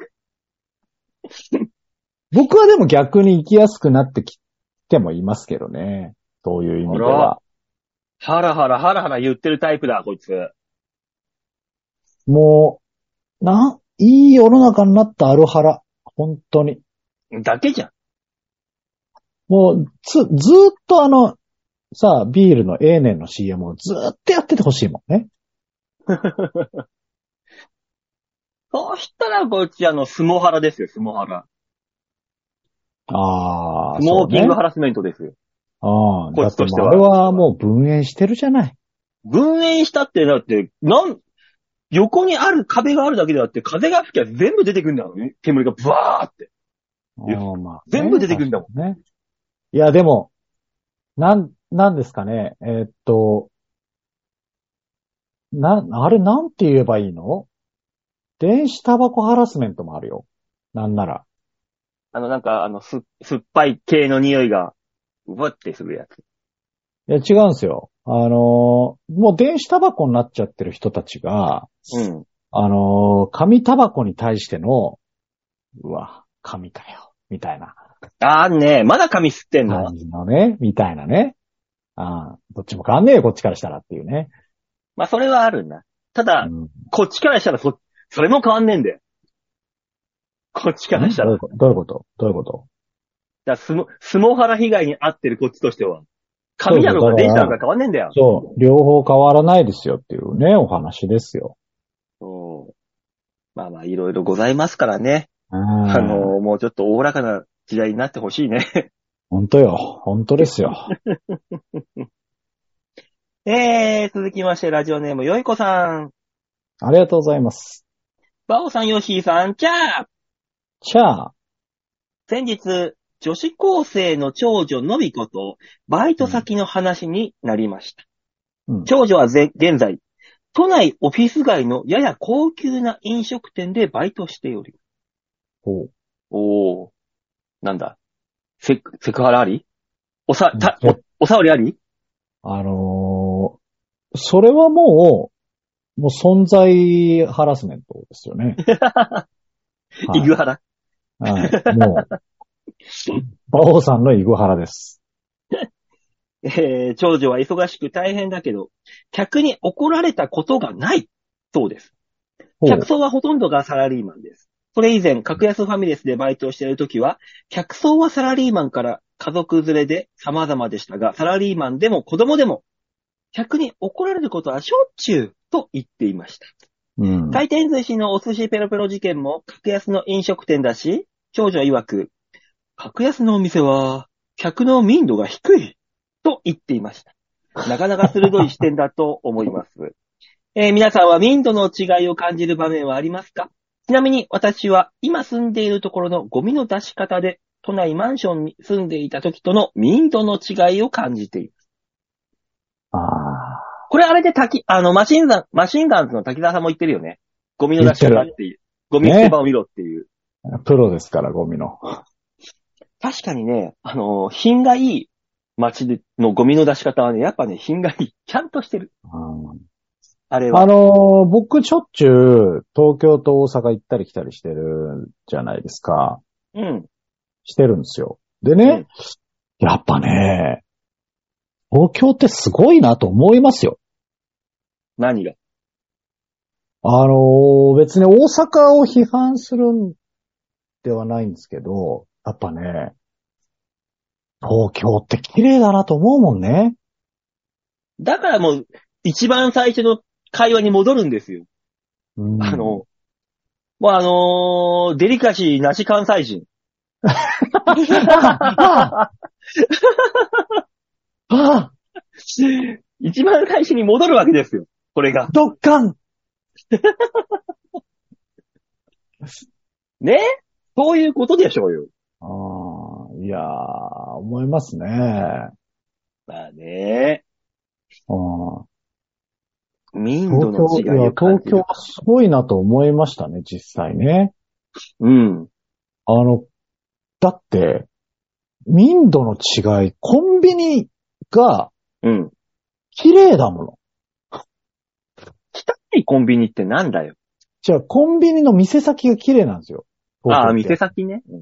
僕はでも逆に生きやすくなってきてもいますけどね。そういう意味では。 ハラハラ言ってるタイプだ、こいつ。 もう、いい世の中になったアルハラ。本当に。 だけじゃん。 もう、ずーっとさあ、ビールのA年の CM をずーっとやっててほしいもんね。 そうしたら、こっちスモハラですよ、スモハラ。 ああ、 スモーキングハラスメントですよ。 ああ、 こっちとしては。 あれはもう分煙してるじゃない。 分煙したって、だって、横にある壁があるだけであって、風が吹きゃ全部出てくるんだよね。煙がブワーって。 まあ、 全部出てくるんだもん。 ね。いや、でも、なんですかね。あれなんて言えばいいの？電子タバコハラスメントもあるよ。なんなら。 酸っぱい系の匂いが、うわってするやつ。 いや、違うんですよ。もう電子タバコになっちゃってる人たちが、紙タバコに対しての、うわ、紙かよ、みたいな。 まだ紙吸ってんの？ 感じのね、みたいなね。どっちも変わんねえよ、こっちからしたらっていうね。 まあ、それはあるんだ。ただ、こっちからしたらそれも変わんねえんだよ。こっちからしたら。 どういうことだスモハラ被害に遭ってるこっちとしては、紙なのか電子なのか変わんねえんだよ。 そう、両方変わらないですよっていうね、お話ですよ。 まあ、いろいろございますからね。もうちょっとおおらかな時代になってほしいね。 本当ですよ。 続きまして、ラジオネーム、よいこさん。 ありがとうございます。 バオさん、ヨッシーさん、チャー。先日、女子高生の長女のびことバイト先の話になりました。長女は現在、都内オフィス街のやや高級な飲食店でバイトしており。なんだセクハラあり？おさわりあり？ それはもう存在ハラスメントですよね。 イグハラ。 はい。もう、馬王さんのイグハラです。 長女は忙しく大変だけど、客に怒られたことがないそうです。客層はほとんどがサラリーマンです。それ以前、格安ファミレスでバイトをしているときは、客層はサラリーマンから家族連れで様々でしたが、サラリーマンでも子供でも、客に怒られることはしょっちゅうと言っていました。回転寿司のお寿司ペロペロ事件も格安の飲食店だし、長女曰く、格安のお店は客の民度が低いと言っていました。なかなか鋭い視点だと思います。皆さんは民度の違いを感じる場面はありますか？ちなみに私は今住んでいるところのゴミの出し方で都内マンションに住んでいた時との民度の違いを感じています。これあれでマシンガンズの滝沢さんも言ってるよね。ゴミの出し方っていう。ゴミ捨て場を見ろっていう。 プロですから、ゴミの。 確かにね、品がいい街のゴミの出し方はね、やっぱね、品がいい。ちゃんとしてる。あれは。 僕ちょっちゅう東京と大阪行ったり来たりしてるじゃないですか。してるんですよ。でね、やっぱね、東京ってすごいなと思いますよ。 何が？ 別に大阪を批判するんではないんですけど、やっぱね、東京って綺麗だなと思うもんね。 だからもう、一番最初の会話に戻るんですよ。デリカシーなし関西人。一番最初に戻るわけですよ。これが。 ドッカンね？そういうことでしょうよ。 いやー、思いますね。 まあね。 うん。 民度の違いを感じる。 東京はすごいなと思いましたね、実際ね。 うん。 だって、民度の違い、コンビニが、 うん。 綺麗だもの。 汚いコンビニってなんだよ。 じゃあ、コンビニの店先が綺麗なんですよ。 ああ、店先ね。 うん。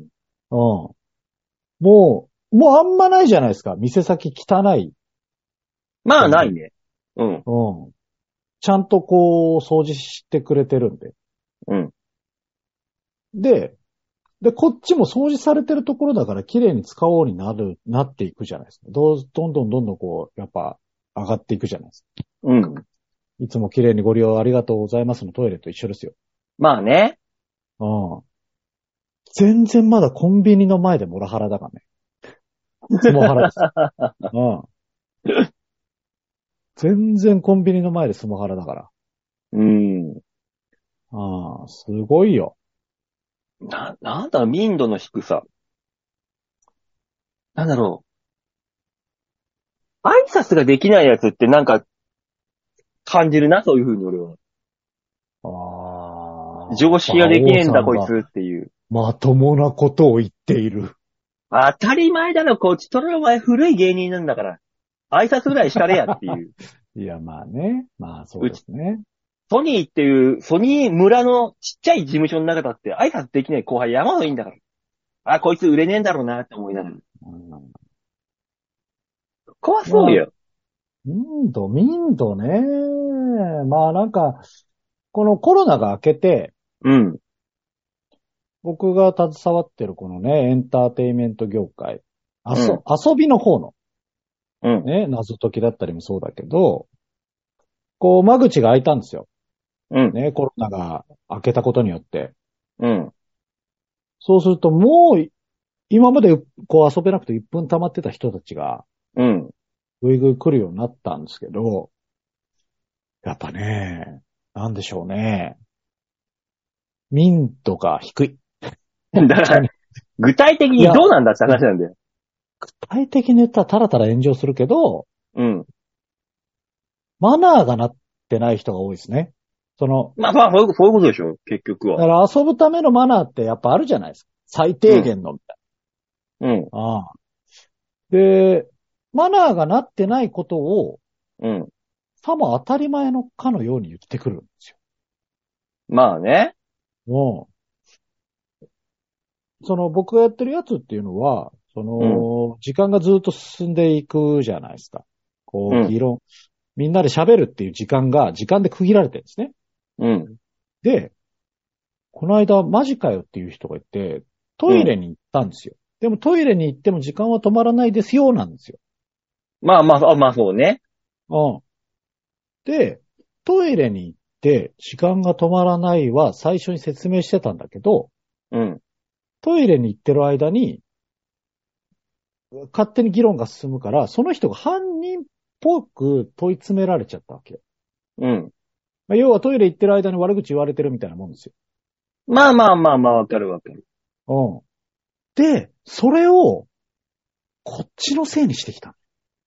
もうあんまないじゃないですか。店先汚い。 まあ、ないね。うん。 うん。ちゃんとこう、掃除してくれてるんで。 うん。 で、こっちも掃除されてるところだから綺麗に使おうになっていくじゃないですか。どんどんこう、やっぱ、上がっていくじゃないですか。 うん。 いつも綺麗にご利用ありがとうございますのトイレと一緒ですよ。 まあね。 うん。全然まだコンビニの前でモラハラだからね。スモハラです。うん。全然コンビニの前でスモハラだから。 うん。 ああ、すごいよ。 なんだ、民度の低さ。なんだろう。挨拶ができないやつってなんか、感じるな、そういう風に俺は。 ああ。 常識ができねえんだ、こいつっていう。 まともなことを言っている。 当たり前だろ、こっちとらお前古い芸人なんだから。挨拶ぐらいしたれやっていう。 いや、まあね。まあそうですね。 ソニーっていう、ソニー村のちっちゃい事務所の中だって挨拶できない後輩山ほどいいんだから。あ、こいつ売れねえんだろうなって思いながら。怖そうよ。 民度ね。まあなんか、このコロナが明けて、 うん。 僕が携わってるこのね、エンターテイメント業界、遊びの方の、 うん。 ね、謎解きだったりもそうだけど、こう、間口が開いたんですよ。 うん。 ね、コロナが明けたことによって。 うん。 そうするともう、今までこう遊べなくて1分溜まってた人たちが、 うん。 ぐいぐい来るようになったんですけど、やっぱね、なんでしょうね。民度が低い。 だから、具体的にどうなんだって話なんだよ。 具体的に言ったらタラタラ炎上するけど、 うん。 マナーがなってない人が多いですね。 まあ、そういうことでしょ、結局は。 だから遊ぶためのマナーってやっぱあるじゃないですか。最低限のみたいな。うん。 ああ。で、マナーがなってないことを、 うん。 さも当たり前のかのように言ってくるんですよ。 まあね。 もう、僕がやってるやつっていうのは、時間がずっと進んでいくじゃないですか。こう、議論、みんなで喋るっていう時間で区切られてるんですね。 うん。 で、この間、マジかよっていう人がいて、トイレに行ったんですよ。でもトイレに行っても時間は止まらないですよ、なんですよ。 まあそうね。 うん。で、トイレに行って時間が止まらないは最初に説明してたんだけど、 うん。 トイレに行ってる間に、勝手に議論が進むから、その人が犯人っぽく問い詰められちゃったわけよ。 うん。 要はトイレ行ってる間に悪口言われてるみたいなもんですよ。 まあ、わかるわかる。 うん。で、それを、こっちのせいにしてきた。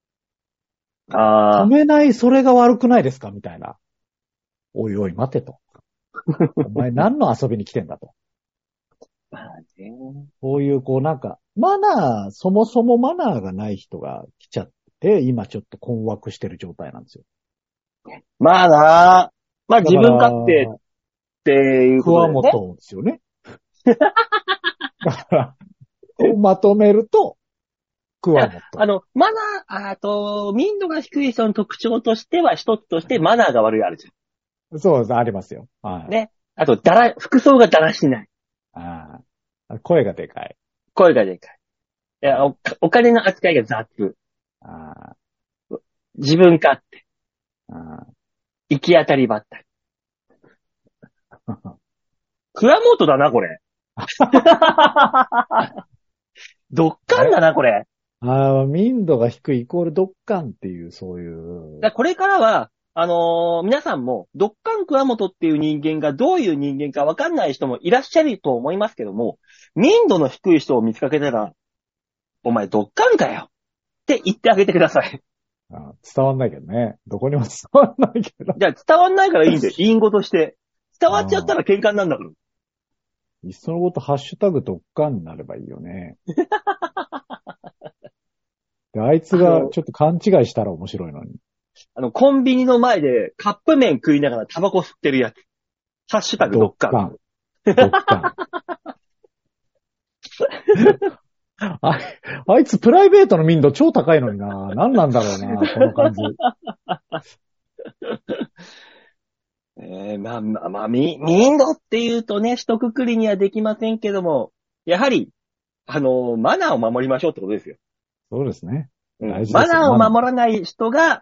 ああ。 止めない、それが悪くないですかみたいな。おいおい、待てと。お前何の遊びに来てんだと。 まあね。 こういう、そもそもマナーがない人が来ちゃって、今ちょっと困惑してる状態なんですよ。 まあな。まあ自分勝手っていうことで、ね。 桑本ですよね。だから、まとめると、桑本。 マナー、民度が低い人の特徴としては、一つとしてマナーが悪いあるじゃん。 そうです、ありますよ。はい。 ね。あと、服装がだらしない。 ああ。声がでかい。 声がでかい。いや、お金の扱いが雑。 ああ。自分勝手。 ああ。 行き当たりばったり。蔵元だな、これ。どっかんだな、これ。 ああ、民度が低いイコールドッカンっていう、そういう。 これからは、皆さんも、ドッカン桑本っていう人間がどういう人間かわかんない人もいらっしゃると思いますけども、民度の低い人を見つかけたら、 お前ドッカンかよって言ってあげてください。 伝わんないけどね。どこにも伝わんないけど。 じゃあ伝わんないからいいんだよ。隠語として。伝わっちゃったら喧嘩になるんだから。 いっそのことハッシュタグドッカンになればいいよね。であいつがちょっと勘違いしたら面白いのに。 コンビニの前でカップ麺食いながらタバコ吸ってるやつ。ハッシュタグドッカン。ドッカン。 あいつプライベートの民度超高いのにな。何なんだろうな、この感じ。 民度って言うとね、一括りにはできませんけども、やはり、マナーを守りましょうってことですよ。 そうですね。 大事ですよ。マナーを守れない人が、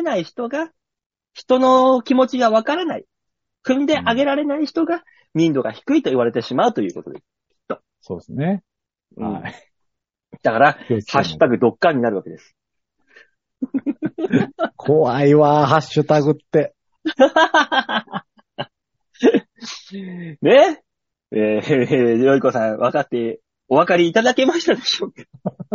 人の気持ちがわからない。組んであげられない人が、民度が低いと言われてしまうということです。 そうですね。はい。 だから、ハッシュタグドッカンになるわけです。 怖いわ、ハッシュタグって。 ねよいこさん、お分かりいただけましたでしょうか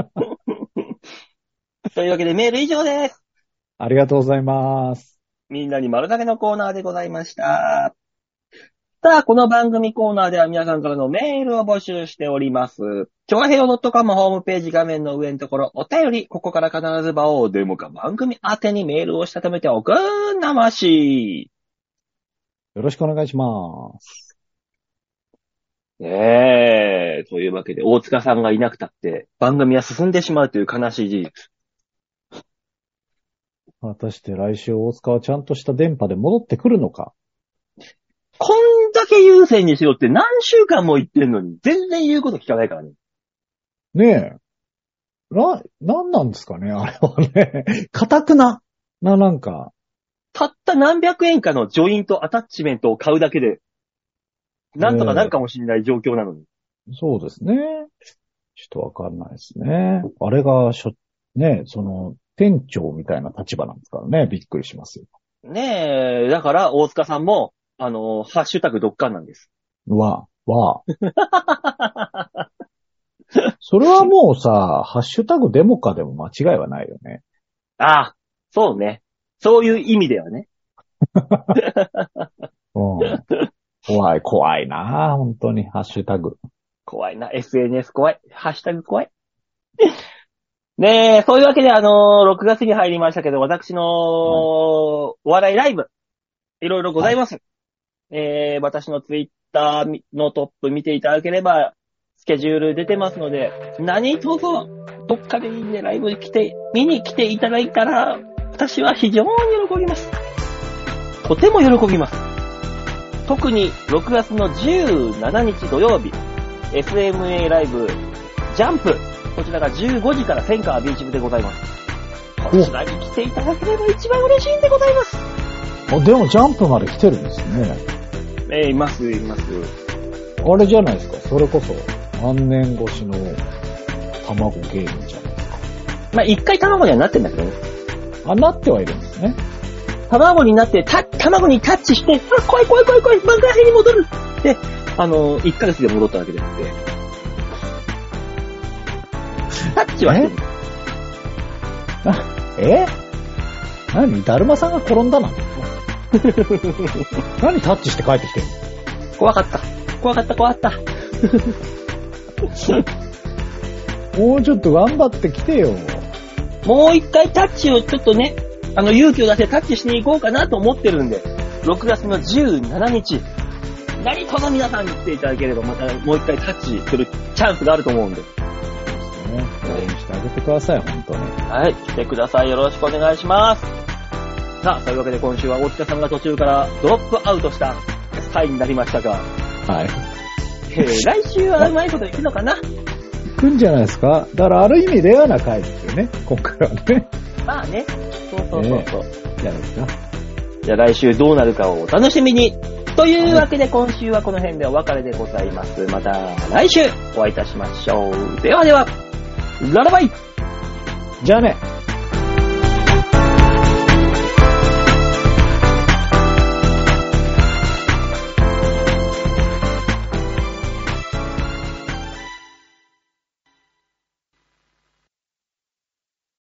というわけでメール以上です。 ありがとうございます。 みんなに丸投げのコーナーでございました。さあ、この番組コーナーでは皆さんからのメールを募集しております。ちょわへよ .com ホームページ画面の上のところ、お便り、ここから必ず場をデモか番組宛てにメールをしたためておくんなまし。 よろしくお願いします。 というわけで、大塚さんがいなくたって番組は進んでしまうという悲しい事実。 果たして来週大塚はちゃんとした電波で戻ってくるのか。 こんだけ優先にしろって何週間も言ってんのに、全然言うこと聞かないからね。 ねえ。なんなんですかね、あれはね。固くなんか。 たった何百円かのジョイントアタッチメントを買うだけで、なんとかなるかもしれない状況なのに。 そうですね。ちょっとわかんないですね。あれが店長みたいな立場なんですからね、びっくりしますよ。 ねえ、だから大塚さんも、ハッシュタグドッカンなんです。 それはもうさ、ハッシュタグデモかでも間違いはないよね。 ああ、そうね。そういう意味ではね。 怖いな本当に、ハッシュタグ。 怖いな、SNS 怖い。ハッシュタグ怖い。ねえ、そういうわけで6月に入りましたけど、私のお笑いライブ、いろいろございます。私のツイッターのトップ見ていただければ、スケジュール出てますので、何卒、どっかでいいんでライブ見に来ていただいたら、私は非常に喜びます。とても喜びます。特に6月の17日土曜日、SMA ライブ、ジャンプ、こちらが15時から千川ビーチ部でございます。こちらに来ていただければ一番嬉しいんでございます。 でもジャンプまで来てるんですね。 います。 あれじゃないですか、それこそ、何年越しの卵芸人じゃないですか。 まあ、一回卵にはなってんだけどね。 なってはいるんですね。 卵になって、卵にタッチして、怖い、漫画編に戻るで、1ヶ月で戻ったわけですって。タッチはしてる。何だるまさんが転んだな。何タッチして帰ってきてるの？ 怖かった。 もうちょっと頑張ってきてよ。 もう一回タッチをちょっとね、勇気を出してタッチしに行こうかなと思ってるんで、6月の17日、何とぞ皆さんに来ていただければ、またもう一回タッチするチャンスがあると思うんで。 応援してあげてください、本当に。 はい、来てください。よろしくお願いします。さあ、そういうわけで今週は大塚さんが途中からドロップアウトした回になりましたが、 はい。 来週はうまいこといくのかな？ いくんじゃないですか。だからある意味レアな回ですよね、今回はね。 まあね。そう。 じゃないですか。 じゃあ来週どうなるかをお楽しみに。というわけで今週はこの辺でお別れでございます。また来週お会いいたしましょう。ではでは、ララバイ！ じゃあね。